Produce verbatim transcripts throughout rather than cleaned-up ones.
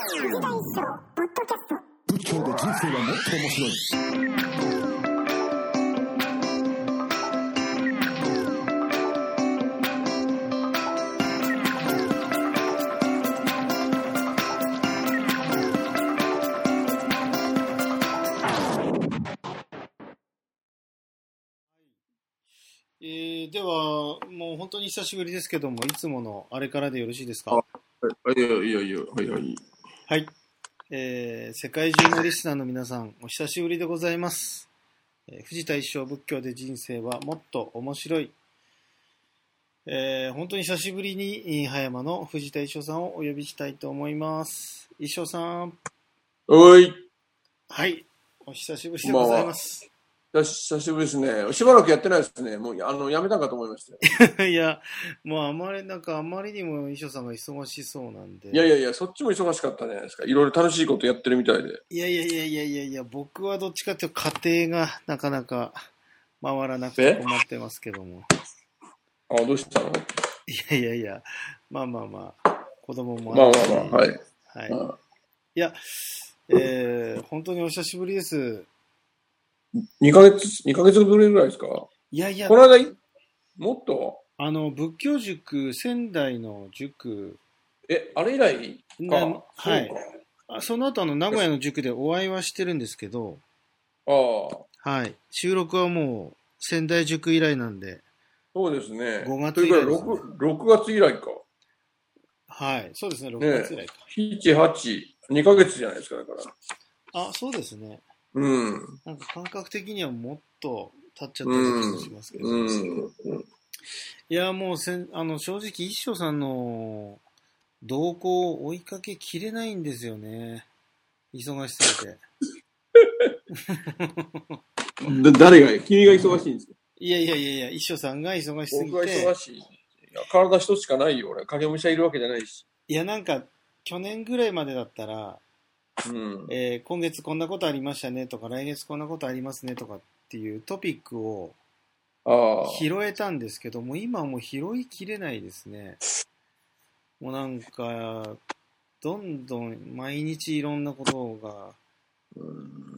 仏教で人生はもっと面白い。 えー、では、もう本当に久しぶりですけども、いつものあれからでよろしいですか？ あ、はい、いやいやいや、はいはい。 はい。えー、世界中のリスナーの皆さん、お久しぶりでございます。えー、藤田一生仏教で人生はもっと面白い。えー、本当に久しぶりに、葉山の藤田一生さんをお呼びしたいと思います。一生さん。 おい。 はい。お久しぶりでございます。 久しぶりですね。しばらくやってないですね。もう、あの、やめたかと思いましたよ。 いや、もうあまり、なんかあまりにも衣装さんが忙しそうなんで。 いやいやいや、そっちも忙しかったじゃないですか。いろいろ楽しいことやってるみたいで。 いやいやいやいやいやいや、僕はどっちかっていうと家庭がなかなか回らなくて困ってますけども。 あ、どうしたの？ いやいやいや、まあまあまあ、子供もあって。まあまあまあ、はい。 はい。ああいや、えー、本当にお久しぶりです。 にかげつ、にかげつぶりぐらいですか？ いやいや。 この間、もっとあの、仏教塾、仙台の塾。 え、あれ以来か。 はい。あその後、あの、名古屋の塾でお会いはしてるんですけど、 ああ。 はい。収録はもう、仙台塾以来なんで。 そうですね。 ごがつ以来です、ね。 ろくがつ以来か。 はい。そうですね、ろくがつ以来か。 ね、しち、はち、にかげつじゃないですか、だから。 あ、そうですね。 うん。 なんか感覚的にはもっと経っちゃったような気がしますけど。うん。うん、いや、もうせん、あの、正直、一生さんの動向を追いかけきれないんですよね。忙しすぎて。 だ誰が君が忙しいんですか？ いやいやいやいや、一生さんが忙しすぎて。 僕は忙しい。いや、体一つしかないよ、俺。影武者いるわけじゃないし。 いや、なんか、去年ぐらいまでだったら、 うんえー、今月こんなことありましたねとか、来月こんなことありますねとかっていうトピックを拾えたんですけども、今はもう拾いきれないですね。もうなんか、どんどん毎日いろんなことが。 うん、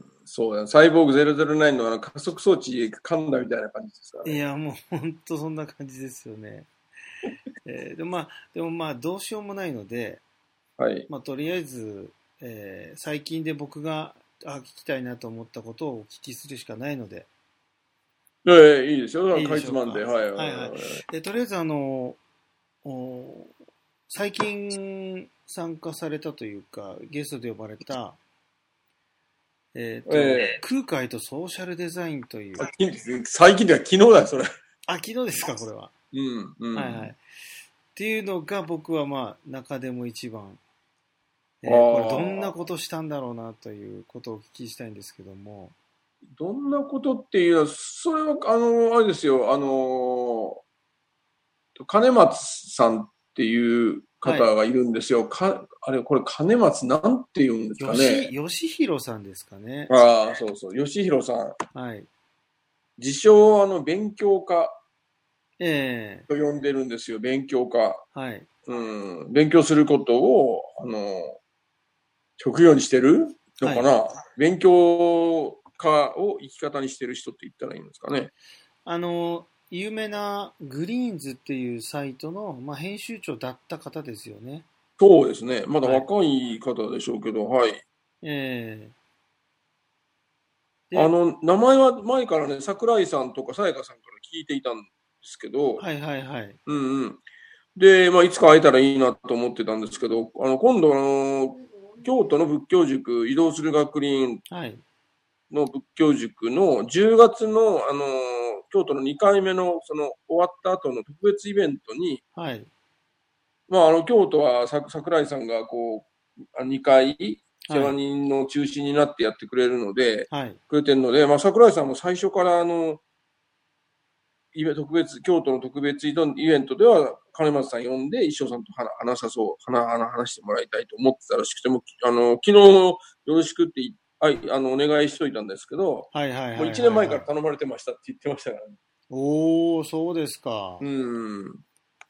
そうだ、サイボーグゼロゼロナインのあの加速装置噛んだみたいな感じですかね。 いや、もう本当そんな感じですよね。えー、でもまあ、でもまあ、どうしようもないので、 はい。 まあ、とりあえず、えー、最近で僕があ聞きたいなと思ったことをお聞きするしかないので。 ええ、いいですよ。かいつまんで。はいはいはい。えとりあえず、あの、お最近参加されたというか、ゲストで呼ばれた、えーとえー、空海とソーシャルデザインという。 最近では昨日だ、それ。 あ、昨日ですか、これは。 うん、うん。 はいはい。っていうのが僕はまあ、中でも一番、えー、これどんなことしたんだろうなということをお聞きしたいんですけども。 どんなことっていうのは、それは、あの、あれですよ、あの、金松さんっていう方がいるんですよ。はい、かあれ、これ、金松なんて言うんですかね。 吉弘さんですかね。 ああ、そうそう、吉弘さん。 はい。 自称、あの、勉強家。 ええと呼んでるんですよ、勉強家。 はい。 うん、勉強することを、あの、職業にしてるのかな、はい、勉強家を生き方にしてる人って言ったらいいんですかね。 あの、有名なグリーンズっていうサイトの、まあ、編集長だった方ですよね。 そうですね。まだ若い方でしょうけど、はい。はい、 ええー、あの、名前は前からね、桜井さんとかさやかさんから聞いていたんですけど、 はいはいはい。 うんうん。で、まあ、いつか会えたらいいなと思ってたんですけど、あの、今度、あの、京都の仏教塾、移動する学林の仏教塾のじゅうがつの、あの、京都のにかいめの、その、終わった後の特別イベントに、 はい。 まあ、あの、京都は桜井さんが、こう、にかい、世話人の中心になってやってくれるので、 はい、 くれてるので、まあ、桜井さんも最初から、あの、特別、京都の特別イベントでは、金松さん呼んで、一生さんと話さそう、話、話してもらいたいと思ってたらしくても、あの、昨日よろしくって、はい、あの、お願いしといたんですけど、 はいはいはい、はい。 もういちねんまえから頼まれてましたって言ってましたからね。 おー、そうですか。 うん。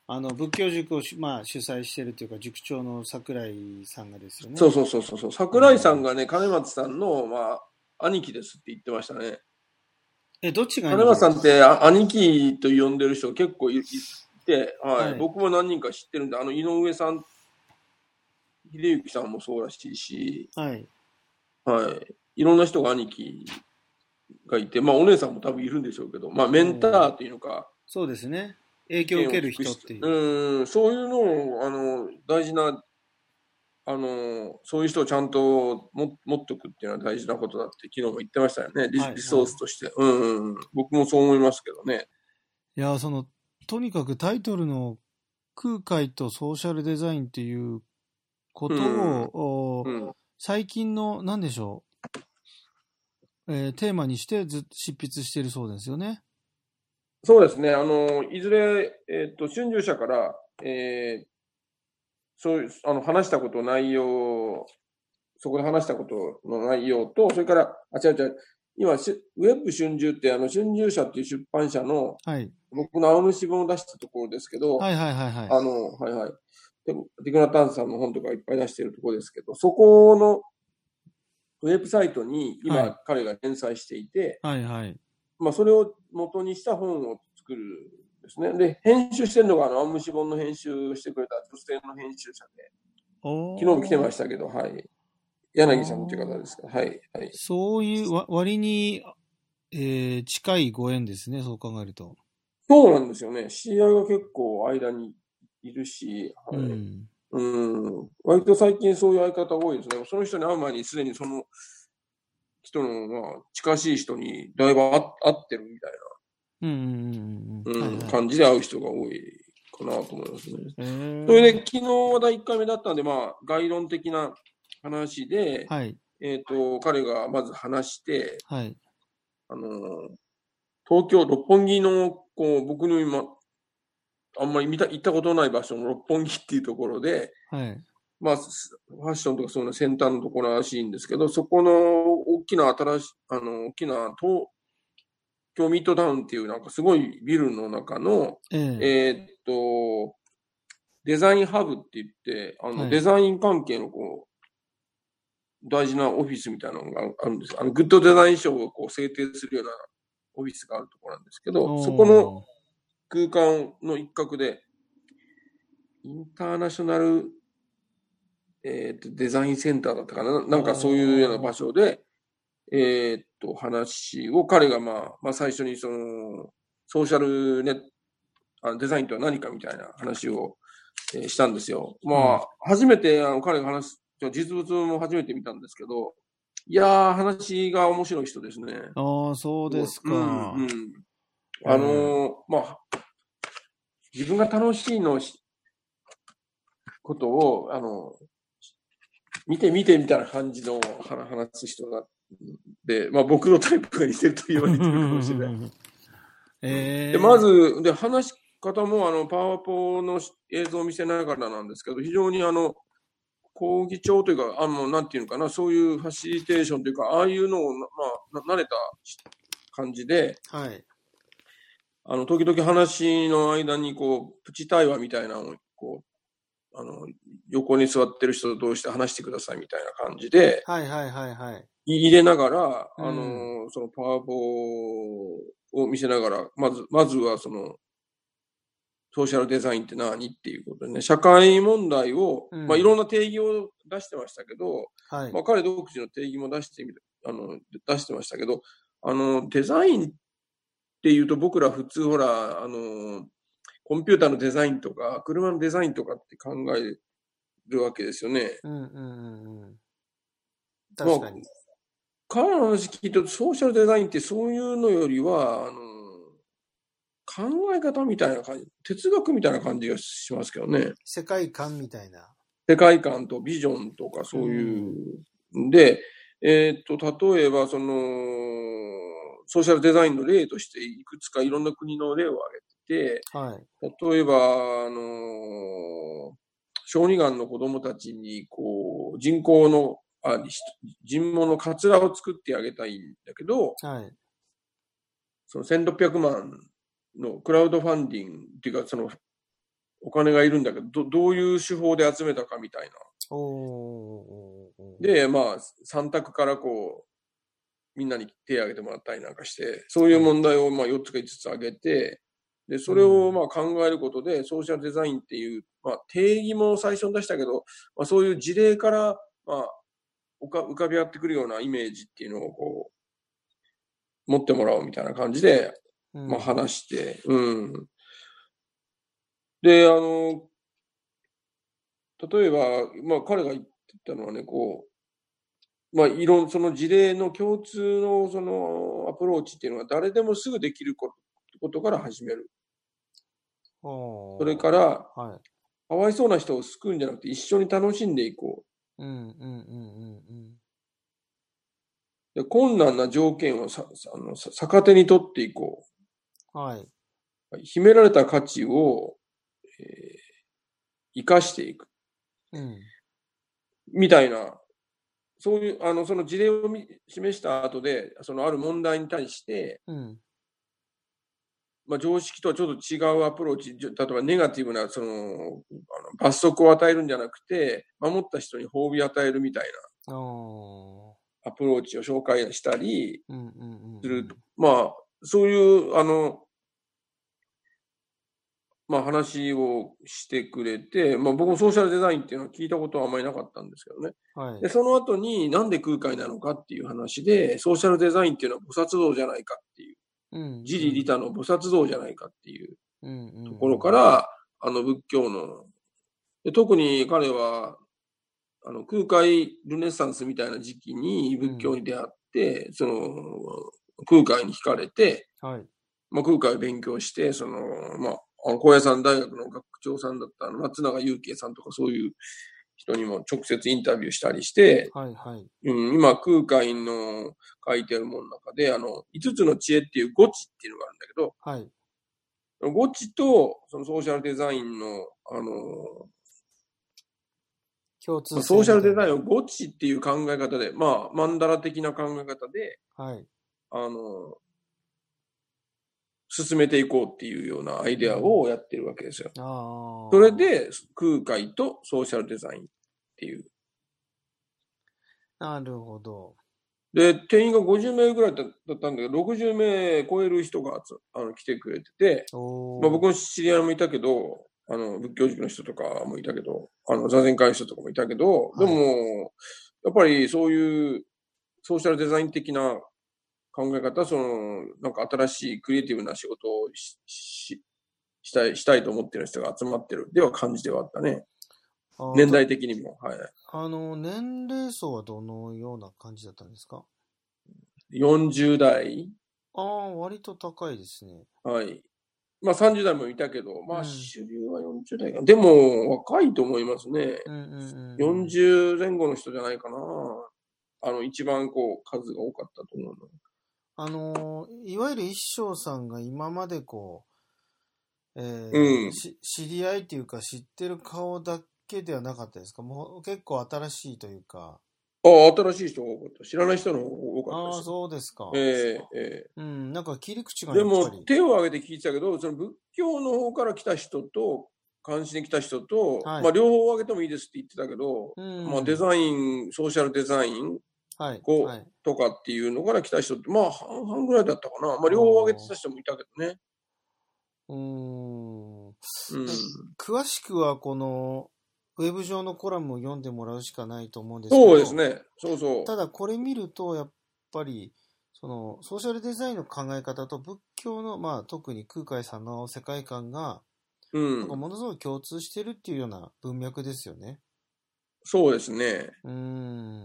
あの仏教塾を、まあ、主催しているというか塾長の桜井さんがですよね。 そうそうそうそう。桜井さんがね、金松さんの、まあ、兄貴ですって言ってましたね。 え、どっちが金松さんって兄貴と呼んでる人結構いて、はい、はい、僕も何人か知ってるんで、あの井上さん、秀幸さんもそうらしいし、 はい。 はい。いろんな人が兄貴がいて、まあお姉さんも多分いるんでしょうけど、まあメンターっていうのか、 そうですね。影響を受ける人っていう。 うん、そういうのを、あの、大事な、あの、そういう人をちゃんとも持っておくっていうのは大事なことだって昨日も言ってましたよね。リ、はい、リソースとして、はい。うん、僕もそう思いますけどね。 いや、その、とにかくタイトルの空海とソーシャルデザインっていうことを、うんうん、最近の、なんでしょう、えー、テーマにしてず執筆しているそうですよね。 そうですね。あの、いずれ、えっと、春秋社から、えー、そういう、あの、話したこと内容、そこで話したことの内容と、それから、あ、違う違う、今、ウェブ春秋って、あの、春秋社っていう出版社の、はい、僕の青虫本を出したところですけど、 はいはいはいはい。 あの、はいはい。ティクナタンさんの本とかいっぱい出しているところですけど、そこのウェブサイトに今、はい、彼が連載していて、 はいはい。 まあ、それを元にした本を作るんですね。で、編集してるのが、あの、青虫本の編集をしてくれた女性の編集者で、昨日も来てましたけど、はい。柳さんという方ですか。はい。はい。 そういうわ割に、えー、近いご縁ですね、そう考えると。 そうなんですよね。知り合いが結構間にいるし、はい。うん。うん。割と最近そういう相方多いですね。その人に会う前にすでにその人の、まあ、近しい人にだいぶ会ってるみたいな、うんうんうんうん、感じで会う人が多いかなと思いますね。それで、昨日はだいいっかいめだったんで、まあ、概論的な話で、はい、えっと、彼がまず話して、はい、あの、東京、六本木の、こう、僕の今、あんまり見た、行ったことない場所の六本木っていうところで、はい、まあ、ファッションとかそういうの先端のところらしいんですけど、そこの大きな新しい、あの、大きな東京ミッドタウンっていうなんかすごいビルの中の、えー、えー、っと、デザインハブって言って、あの、はい、デザイン関係のこう、大事なオフィスみたいなのがあるんです。あの、グッドデザイン賞をこう制定するようなオフィスがあるところなんですけど、そこの空間の一角で、インターナショナル、えー、とデザインセンターだったかな、なんかそういうような場所で、えー、っと、話を彼が、まあ、まあ最初にその、ソーシャルネあデザインとは何かみたいな話を、えー、したんですよ。まあ、うん、初めてあの彼が話す、実物も初めて見たんですけど、いやー、話が面白い人ですね。 ああ、そうですか。うんうん、 あのー、まあ、自分が楽しいのことを、あの、見て見てみたいな感じの話す人が、で、まあ僕のタイプが似てると言われてるかもしれない。えー、でまず、で、話し方も、あの、パワポの映像を見せながらなんですけど、非常にあの、講義長というか、あの、なんていうのかな、そういうファシリテーションというか、ああいうのを、まあ、慣れた感じで、はい。あの、時々話の間に、こう、プチ対話みたいなのを、こう、あの、横に座ってる人同士で話してくださいみたいな感じで、 はいはいはいはい。 入れながら、あの、うん、そのパワポを見せながら、まず、まずはその、ソーシャルデザインって何っていうことでね、社会問題を、うん、まあいろんな定義を出してましたけど、はい、まあ彼独自の定義も出してみる、あの、出してましたけど、あの、デザインっていうと僕ら普通ほら、あの、コンピューターのデザインとか、車のデザインとかって考えるわけですよね。うんうんうんうん。確かに。まあ、彼の話聞いてると、ソーシャルデザインってそういうのよりは、あの、考え方みたいな感じ、哲学みたいな感じがしますけどね。 世界観みたいな。 世界観とビジョンとかそういう。うん、で、えー、っと、例えば、その、ソーシャルデザインの例として、いくつかいろんな国の例を挙げて、はい、例えば、あの、小児がんの子供たちに、こう、人工の、あ人毛のカツラを作ってあげたいんだけど、はい、そのせんろっぴゃくまんのクラウドファンディングっていうか、その、 お金がいるんだけど、ど、どういう手法で集めたかみたいな。 おー。 で、まあ、さん択からこう、みんなに手を挙げてもらったりなんかして、そういう問題をまあよっつかいつつ挙げて、で、それをまあ考えることで、ソーシャルデザインっていう、まあ定義も最初に出したけど、まあそういう事例から、まあ、浮か浮かび上がってくるようなイメージっていうのをこう、持ってもらおうみたいな感じで、まあ話して、うん。で、あの、例えば、まあ彼が言ってたのはね、こう、まあ、いろん、その事例の共通のそのアプローチっていうのは誰でもすぐできることから始める。それから、はい、かわいそうな人を救うんじゃなくて一緒に楽しんでいこう。うんうんうんうんうん。で、困難な条件をさあの逆手に取っていこう。はい。秘められた価値を、えー、生かしていく。うん。みたいな。そういう、あの、その事例を示した後で、そのある問題に対して、うん、まあ、常識とはちょっと違うアプローチ、例えばネガティブな、その、あの罰則を与えるんじゃなくて、守った人に褒美を与えるみたいな、アプローチを紹介したり、すると。まあ、そういう、あの、まあ話をしてくれて、まあ僕もソーシャルデザインっていうのは聞いたことはあんまりなかったんですけどね。はい、で、その後になんで空海なのかっていう話で、ソーシャルデザインっていうのは菩薩道じゃないかっていう、うんうん、自利利他の菩薩道じゃないかっていうところから、あの仏教の、で特に彼は、あの空海ルネサンスみたいな時期に仏教に出会って、うん、その空海に惹かれて、はい、まあ空海を勉強して、その、まあ、高野山大学の学長さんだった松永祐慶さんとかそういう人にも直接インタビューしたりして、はいはいうん、今空海の書いてあるものの中で、あの、いつつの知恵っていう五知っていうのがあるんだけど、はい、五知とそのソーシャルデザインの、あの、共通ソーシャルデザインを五知っていう考え方で、まあ、マンダラ的な考え方で、はい、あの、進めていこうっていうようなアイデアをやってるわけですよ。うん、それで空海とソーシャルデザインっていう。 なるほど。 で、定員がごじゅうめいぐらいだったんだけど、ろくじゅうめい超える人があの来てくれてて、まあ、僕の知り合いもいたけど、あの仏教塾の人とかもいたけど、あの座禅会の人とかもいたけど、はい、でも、やっぱりそういうソーシャルデザイン的な考え方、その、なんか新しいクリエイティブな仕事を し, し, したい、したいと思ってる人が集まってるでは感じではあったね。年代的にも。はい。 あの、年齢層はどのような感じだったんですか？ よんじゅう代。 ああ、割と高いですね。 はい。まあさんじゅう代もいたけど、まあ主流はよんじゅう代か。でも若いと思いますね。うんうんうん、よんじゅうぜん後の人じゃないかな。あの、一番こう、数が多かったと思うの。 あの、いわゆる一生さんが今までこう、えーうん、し知り合いというか知ってる顔だけではなかったですか？もう結構新しいというか。 ああ、新しい人が多かった。知らない人の方が多かったです。 ああ、そうですか。 ええええうん、なんか切り口がやっぱり。 でも、手を挙げて聞いてたけど、その仏教の方から来た人と、監視に来た人と、はい、まあ両方挙げてもいいですって言ってたけど、うん、まあデザイン、ソーシャルデザイン、はいこうはい、とかっていうのから来た人って、まあ半々ぐらいだったかな。まあ両方挙げてた人もいたけどね。 うーん、うん、詳しくはこのウェブ上のコラムを読んでもらうしかないと思うんですけど、 そうですね。そうそう。 ただこれ見るとやっぱりそのソーシャルデザインの考え方と仏教の、まあ、特に空海さんの世界観が、うん、なんかものすごい共通してるっていうような文脈ですよね。 そうですね。うん。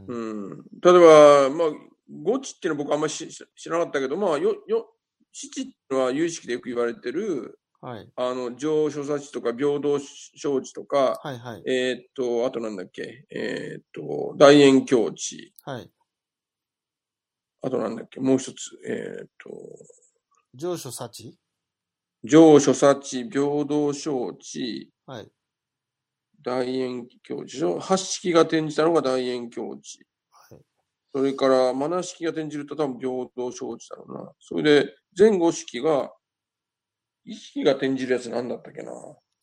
うん。例えば、まあ、五知っていうのは僕あんまり知らなかったけど、まあ、よ、よ、七っていうのは有意識でよく言われてる、はい。あの、上所作知とか平等承知とか、はいはい。えー、っと、あとなんだっけ、えー、っと、大圓教知。はい。あとなんだっけ、もう一つ、えー、っと、 上所作知上所作知、平等承知。はい。大圓教知。八式が転じたのが大圓教知。はい。それから、マナ式が転じると多分平等承知だろうな。それで、前後式が、意識が転じるやつなんだったっけな。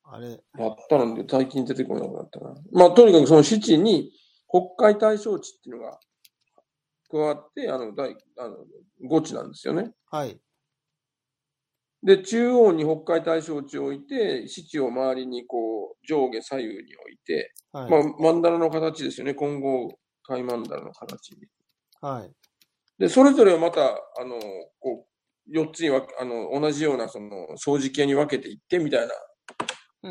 あれ。 あったので、最近出てこなくなったな。まあ、とにかくその七に、北海大正地っていうのが加わって、あの、大、あの、五地なんですよね。 はい。 で、中央に北海大正地を置いて、七を周りにこう、上下左右に置いて、はい、まあ、曼荼羅の形ですよね。金剛海曼荼羅の形に。 はい。 で、それぞれをまた、あの、こう、四つに分け、あの、同じような、その、掃除系に分けていって、みたいな。 うん。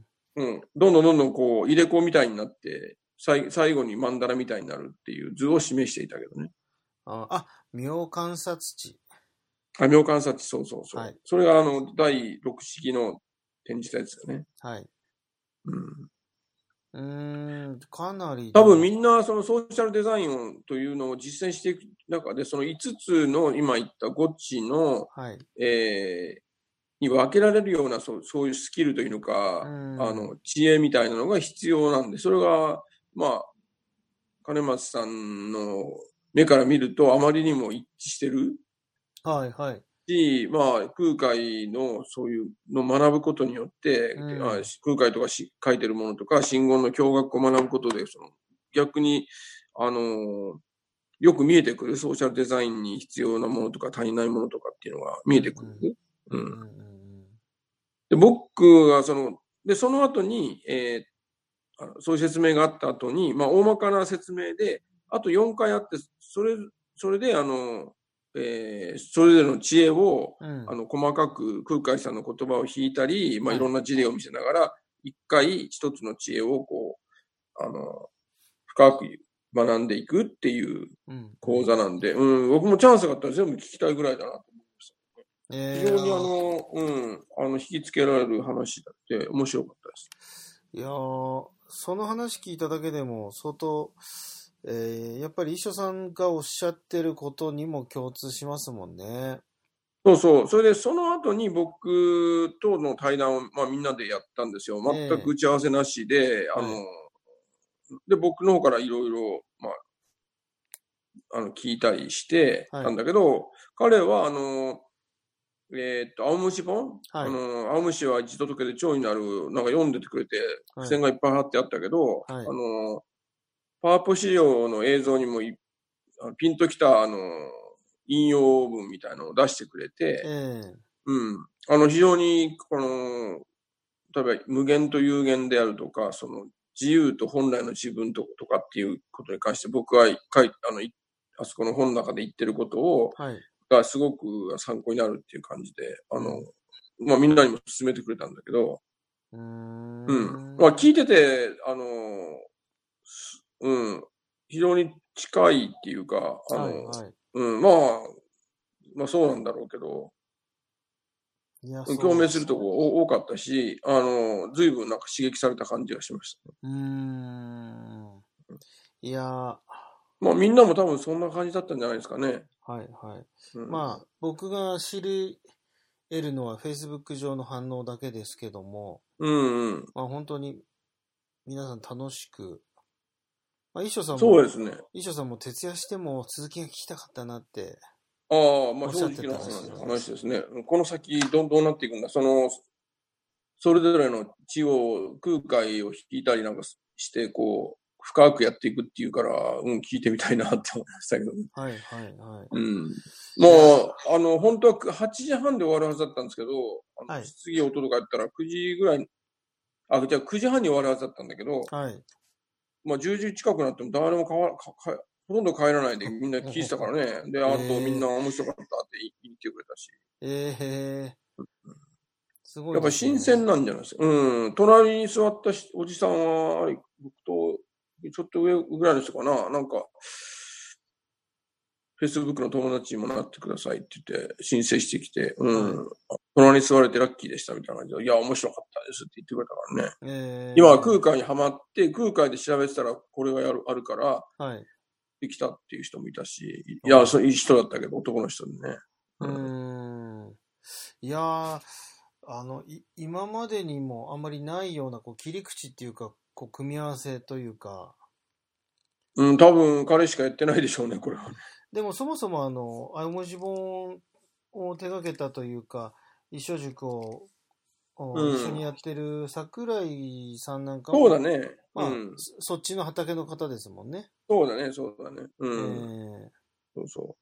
うん。どんどんどんどんこう、入れ子みたいになって、最最後に曼荼羅みたいになるっていう図を示していたけどね。 あ、あ妙観察地。 あ、妙観察地、そうそうそう。はい、それが、あの、第六式の展示したやつだよね。 はい。 うん。 うーん、かなり。 多分みんなそのソーシャルデザインというのを実践していく中で、そのいつつの今言ったゴッチの、はい、えー、に分けられるようなそう、そういうスキルというのか、あの、知恵みたいなのが必要なんで、それが、まあ、金松さんの目から見るとあまりにも一致してる。 はいはい。 し、まあ、空海のそういうのを学ぶことによって、うん、あ空海とかし書いてるものとか、真言の教学を学ぶことで、その逆に、あの、よく見えてくるソーシャルデザインに必要なものとか足りないものとかっていうのが見えてくる。うんうんうん、で僕がその、で、その後に、えー、そういう説明があった後に、まあ、大まかな説明で、あとよんかいあって、それ、それで、あの、えー、それぞれの知恵を、うん、あの、細かく空海さんの言葉を引いたり、まあ、いろんな事例を見せながら、一回一つの知恵をこう、あの、深く学んでいくっていう講座なんで、うん、うん、僕もチャンスがあったら全部聞きたいぐらいだなと思いました、ね。えー、非常にあの、うん、あの、引きつけられる話だって面白かったです。 いやー、その話聞いただけでも相当、えー、やっぱり一緒さんがおっしゃってることにも共通しますもんね。 そうそう。それで、その後に僕との対談を、まあ、みんなでやったんですよ。全く打ち合わせなしで、えー、あの、はい、で、僕の方からいろいろ、まあ、あの、聞いたりしてたんだけど、はい、彼は、あの、えー、っと、青虫本、はい、あの、青虫は一度解けで蝶になる、なんか読んでてくれて、付箋がいっぱい貼ってあったけど、はい、あの、パワーポ資料の映像にもいピンときた、あの、引用文みたいなのを出してくれて、えー、うん。あの、非常に、この、例えば無限と有限であるとか、その、自由と本来の自分とかっていうことに関して僕は書いあの、あそこの本の中で言ってることを、はい、がすごく参考になるっていう感じで、あの、まあみんなにも勧めてくれたんだけど、うーん。うん。まあ聞いてて、あの、うん、非常に近いっていうか、あの、はいはい、うん、まあ、まあそうなんだろうけど、いや共鳴するとこ多かったし、あの、随分なんか刺激された感じがしました、ね。うーん。 いやまあみんなも多分そんな感じだったんじゃないですかね。 はいはい。うん、まあ僕が知り得るのは Facebook 上の反応だけですけども、 うんうん。 まあ本当に皆さん楽しく、まあ、一緒さんも、 そうですね。 一緒さんも徹夜しても続きが聞きたかったなって。 ああ、まあ正直な話ですね。この先どんどんなっていくんだ。その、それぞれの地を、空海を引いたりなんかして、こう、深くやっていくっていうから、うん、聞いてみたいなって思いましたけどね。 はいはいはい。 うん。もう、あの、本当ははちじはんで終わるはずだったんですけど、あの、はい、質疑応答とかやったらくじぐらい、あ、じゃあくじはんに終わるはずだったんだけど、はい。まあじゅうじ近くなっても誰もかわかかほとんど帰らないでみんな聞いてたからね。で、あとみんな面白かったって言ってくれたし。 ええー。すごい、 ね。やっぱ新鮮なんじゃないですか。うん。隣に座ったおじさんは、僕とちょっと上ぐらいの人かな。なんか、Facebook の友達にもなってくださいって言って申請してきて、うん。はい、隣に座れてラッキーでしたみたいな感じで、いや、面白かったですって言ってくれたからね。えー、今は空海にハマって、空海で調べてたらこれがやるあるから、はい。できたっていう人もいたし、いや、そういい人だったけど、男の人でね。 うん。んいやー、あの、い、今までにもあんまりないような、こう、切り口っていうか、こう、組み合わせというか。 うん、多分彼しかやってないでしょうね、これはね。 でもそもそもあの、青文字本を手掛けたというか、一書塾をを一緒にやってる桜井さんなんかも、そうだね。 まあ、うん、そ, そっちの畑の方ですもんね。 そうだね、そうだね。うん。 えー、 そうそう。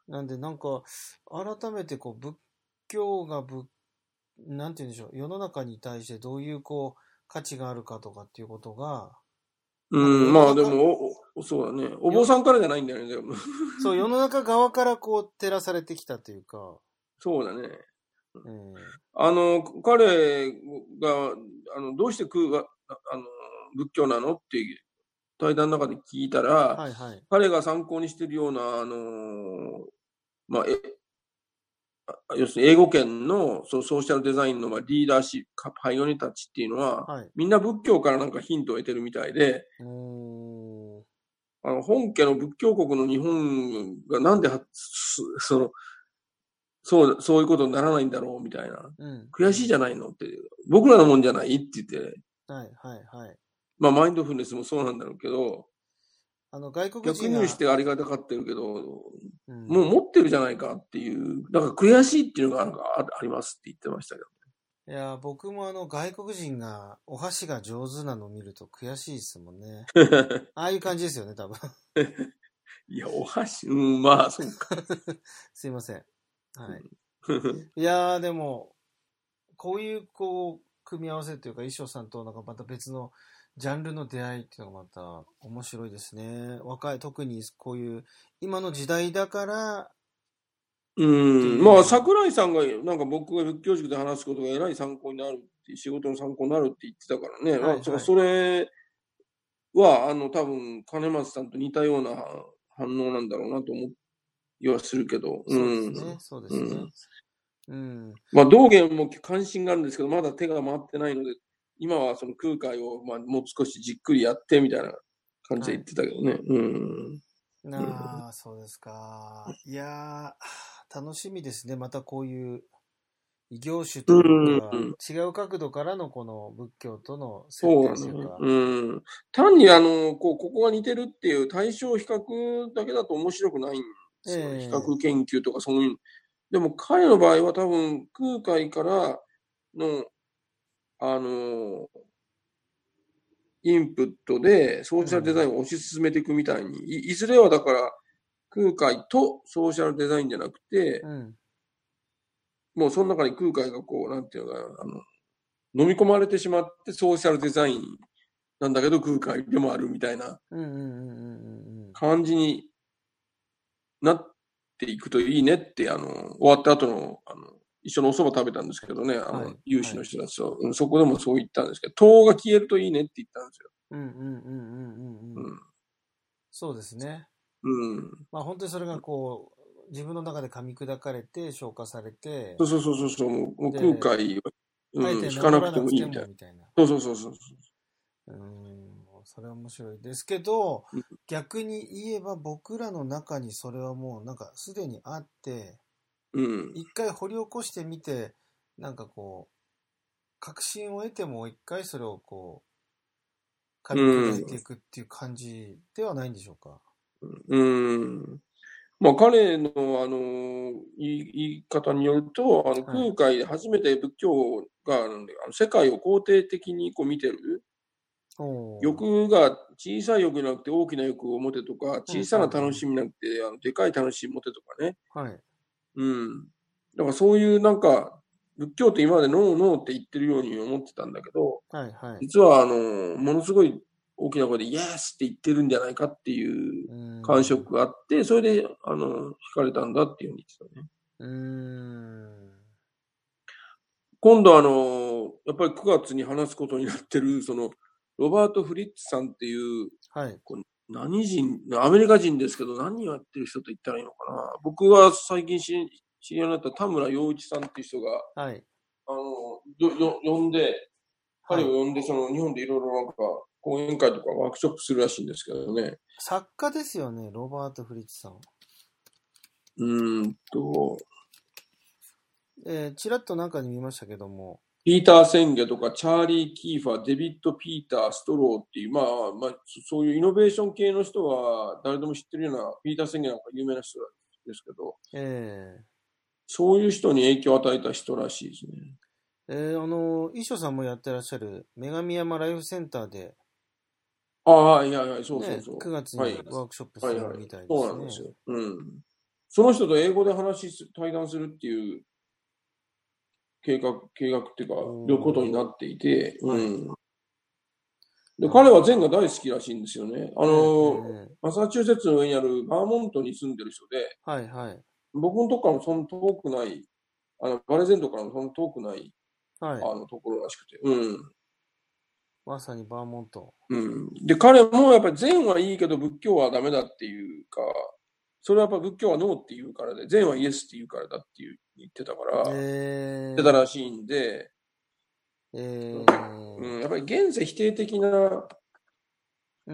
なんで、なんか、改めてこう、仏教がぶ、なんて言うんでしょう、世の中に対してどういうこう、価値があるかとかっていうことが、 うん、まあでもお、そうだね。お坊さんからじゃないんだよね、 そう、世の中側からこう、照らされてきたというか。 そうだね。 うん、 あの、彼が、あの、どうして空が、あの、仏教なのっていう対談の中で聞いたら、 はいはい、 彼が参考にしているような、あの、まあ、え、要するに英語圏のそうソーシャルデザインのまあリーダーシップ、パイオニアたちっていうのは、はい、みんな仏教からなんかヒントを得てるみたいで、うーんあの本家の仏教国の日本がなんでそのそう、そういうことにならないんだろうみたいな、うん、悔しいじゃないのって、僕らのもんじゃないって言って、はいはいはい。まあマインドフルネスもそうなんだろうけど、あの外国人逆入してありがたがってるけど、うん、もう持ってるじゃないかっていう、だから悔しいっていうのがなんかありますって言ってましたけど。 いや、僕もあの外国人がお箸が上手なのを見ると悔しいですもんね。ああいう感じですよね、多分。 いや、お箸、うん、まあ、そうか。 すいません。はい。いやー、でも、こういう、こう、組み合わせというか、衣装さんとなんかまた別のジャンルの出会いっていうのがまた面白いですね。若い、特にこういう、今の時代だから、 うん、まあ、桜井さんが、なんか僕が仏教塾で話すことがえらい参考になるって、仕事の参考になるって言ってたからね。はいはい、まあ、それは、あの、多分、金松さんと似たような反応なんだろうなと思いはするけど。 そうですね、そうですね。 うん。まあ、道元も関心があるんですけど、まだ手が回ってないので、今はその空海を、まあ、もう少しじっくりやってみたいな感じで言ってたけどね。はい、うん。 ああ、そうですか。いやー、楽しみですね。またこういう異業種というか、うん、違う角度からのこの仏教との接点というか。 そう、ね、うん。単にあの、こう、ここが似てるっていう対象比較だけだと面白くないんですよ。えー、比較研究とかそういう。でも彼の場合は多分空海からの、あの、インプットでソーシャルデザインを推し進めていくみたいに、うん、い, いずれはだから空海とソーシャルデザインじゃなくて、うん、もうその中に空海がこう、なんていうのかな、あの、飲み込まれてしまってソーシャルデザインなんだけど空海でもあるみたいな感じになっていくといいねって、あの、終わった後の、あの、一緒のお蕎麦食べたんですけどね、あの、はい、有志の人たちと、はい、そこでもそう言ったんですけど、塔が消えるといいねって言ったんですよ。うんうんうんうんうんうん。そうですね。 うん。 まあ本当にそれがこう、自分の中で噛み砕かれて、消化されて。 そうそうそうそう、もう空海は、うん、引かなくてもいいみたいな。そうそうそうそう。 うん、それは面白いですけど、うん、逆に言えば僕らの中にそれはもうなんかすでにあって、 うん、 一回掘り起こしてみて、なんかこう、確信を得てもう一回それをこう、噛み砕いていくっていう感じではないんでしょうか。 うん。うんまあ、彼の、あの、言い、言い方によると、あの、空海で初めて仏教が、あの世界を肯定的にこう見てる。欲が小さい欲じゃなくて大きな欲を持てとか、小さな楽しみなくて、あのでかい楽しみ持てとかね。 はい。 うん。だからそういうなんか、仏教って今までノーノーって言ってるように思ってたんだけど、 はいはい。 実はあの、ものすごい大きな声でイエスって言ってるんじゃないかっていう感触があって、それで、あの、惹かれたんだっていうふうに言ってたね。 うーん。 今度あの、やっぱりくがつに話すことになってる、その、ロバート・フリッツさんっていう、 はい、 こ何人、アメリカ人ですけど何をやってる人と言ったらいいのかな。僕は最近知り合いになった田村陽一さんっていう人が、 はい、 あの、よ呼んで、彼を呼んで、その日本でいろいろなんか講演会とかワークショップするらしいんですけどね。 作家ですよね、ロバート・フリッツさん。 うーんと、 えー、ちらっとなんかに見ましたけども。 ピーター・センゲとか、チャーリー・キーファー、デビッド・ピーター、ストローっていう、まあ、まあ、そういうイノベーション系の人は誰でも知ってるような、ピーター・センゲなんか有名な人ですけど、 えー、 そういう人に影響を与えた人らしいですね。 えー、あの、衣装さんもやってらっしゃる女神山ライフセンターで、 ああ、いやいや、そうそうそう。 ね、くがつにワークショップするみたいですね。 はいはい、そうなんですよ。うん。その人と英語で話し、対談するっていう計画、計画っていうか、いうことになっていて、うん。で、彼は禅が大好きらしいんですよね。あの、ね、マサチューセッツの上にあるバーモントに住んでる人で、 はいはい。 僕のとこからもそんな遠くない、あの、バレゼントからもそんな遠くない、 はい、 あの、ところらしくて、うん。 まさにバーモント。 うん。で、彼もやっぱり禅はいいけど仏教はダメだっていうか、それはやっぱ仏教はノーって言うからで、禅はイエスって言うからだっていう言ってたから、 えー、 言ってたらしいんで、 えーうん、やっぱり現世否定的な、うんうんうん、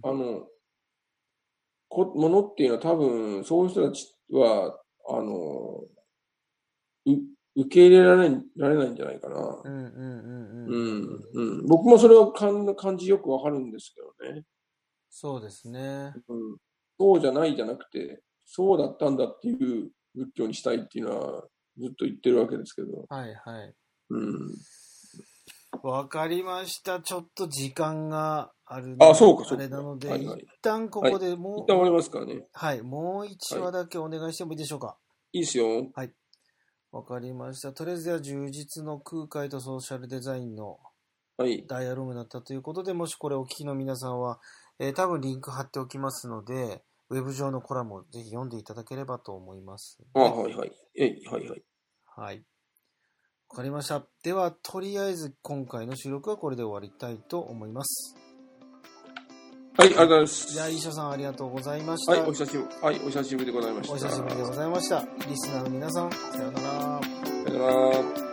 あの、こものっていうのは多分、そういう人たちは、あの、う受け入れられられないんじゃないかな。 うんうんうんうん。僕もそれは感感じよくわかるんですけどね。 そうですね。 うん。そうじゃないじゃなくて、そうだったんだっていう仏教にしたいっていうのはずっと言ってるわけですけど。 はいはい。 うん。 わかりました。ちょっと時間があるのあ、そうかそうか。 あれなので、 はいはい、 一旦ここでもう、はい、 一旦終わりますからね。 はい。もう一話だけお願いしてもいいでしょうか。はいいですよ。 はい。わかりました。とりあえずでは充実の空海とソーシャルデザインのダイアログだったということで、はい、もしこれお聞きの皆さんは、えー、多分リンク貼っておきますので、ウェブ上のコラムをぜひ読んでいただければと思います。 あ、はいはい。えはいはい。 はい。わかりました。では、とりあえず今回の収録はこれで終わりたいと思います。 はい、ありがとうございます。 じゃあ、医者さんありがとうございました。 はい、お久しぶり、はい、お久しぶりでございました。 お久しぶりでございました。リスナーの皆さん、さようなら。 さようなら。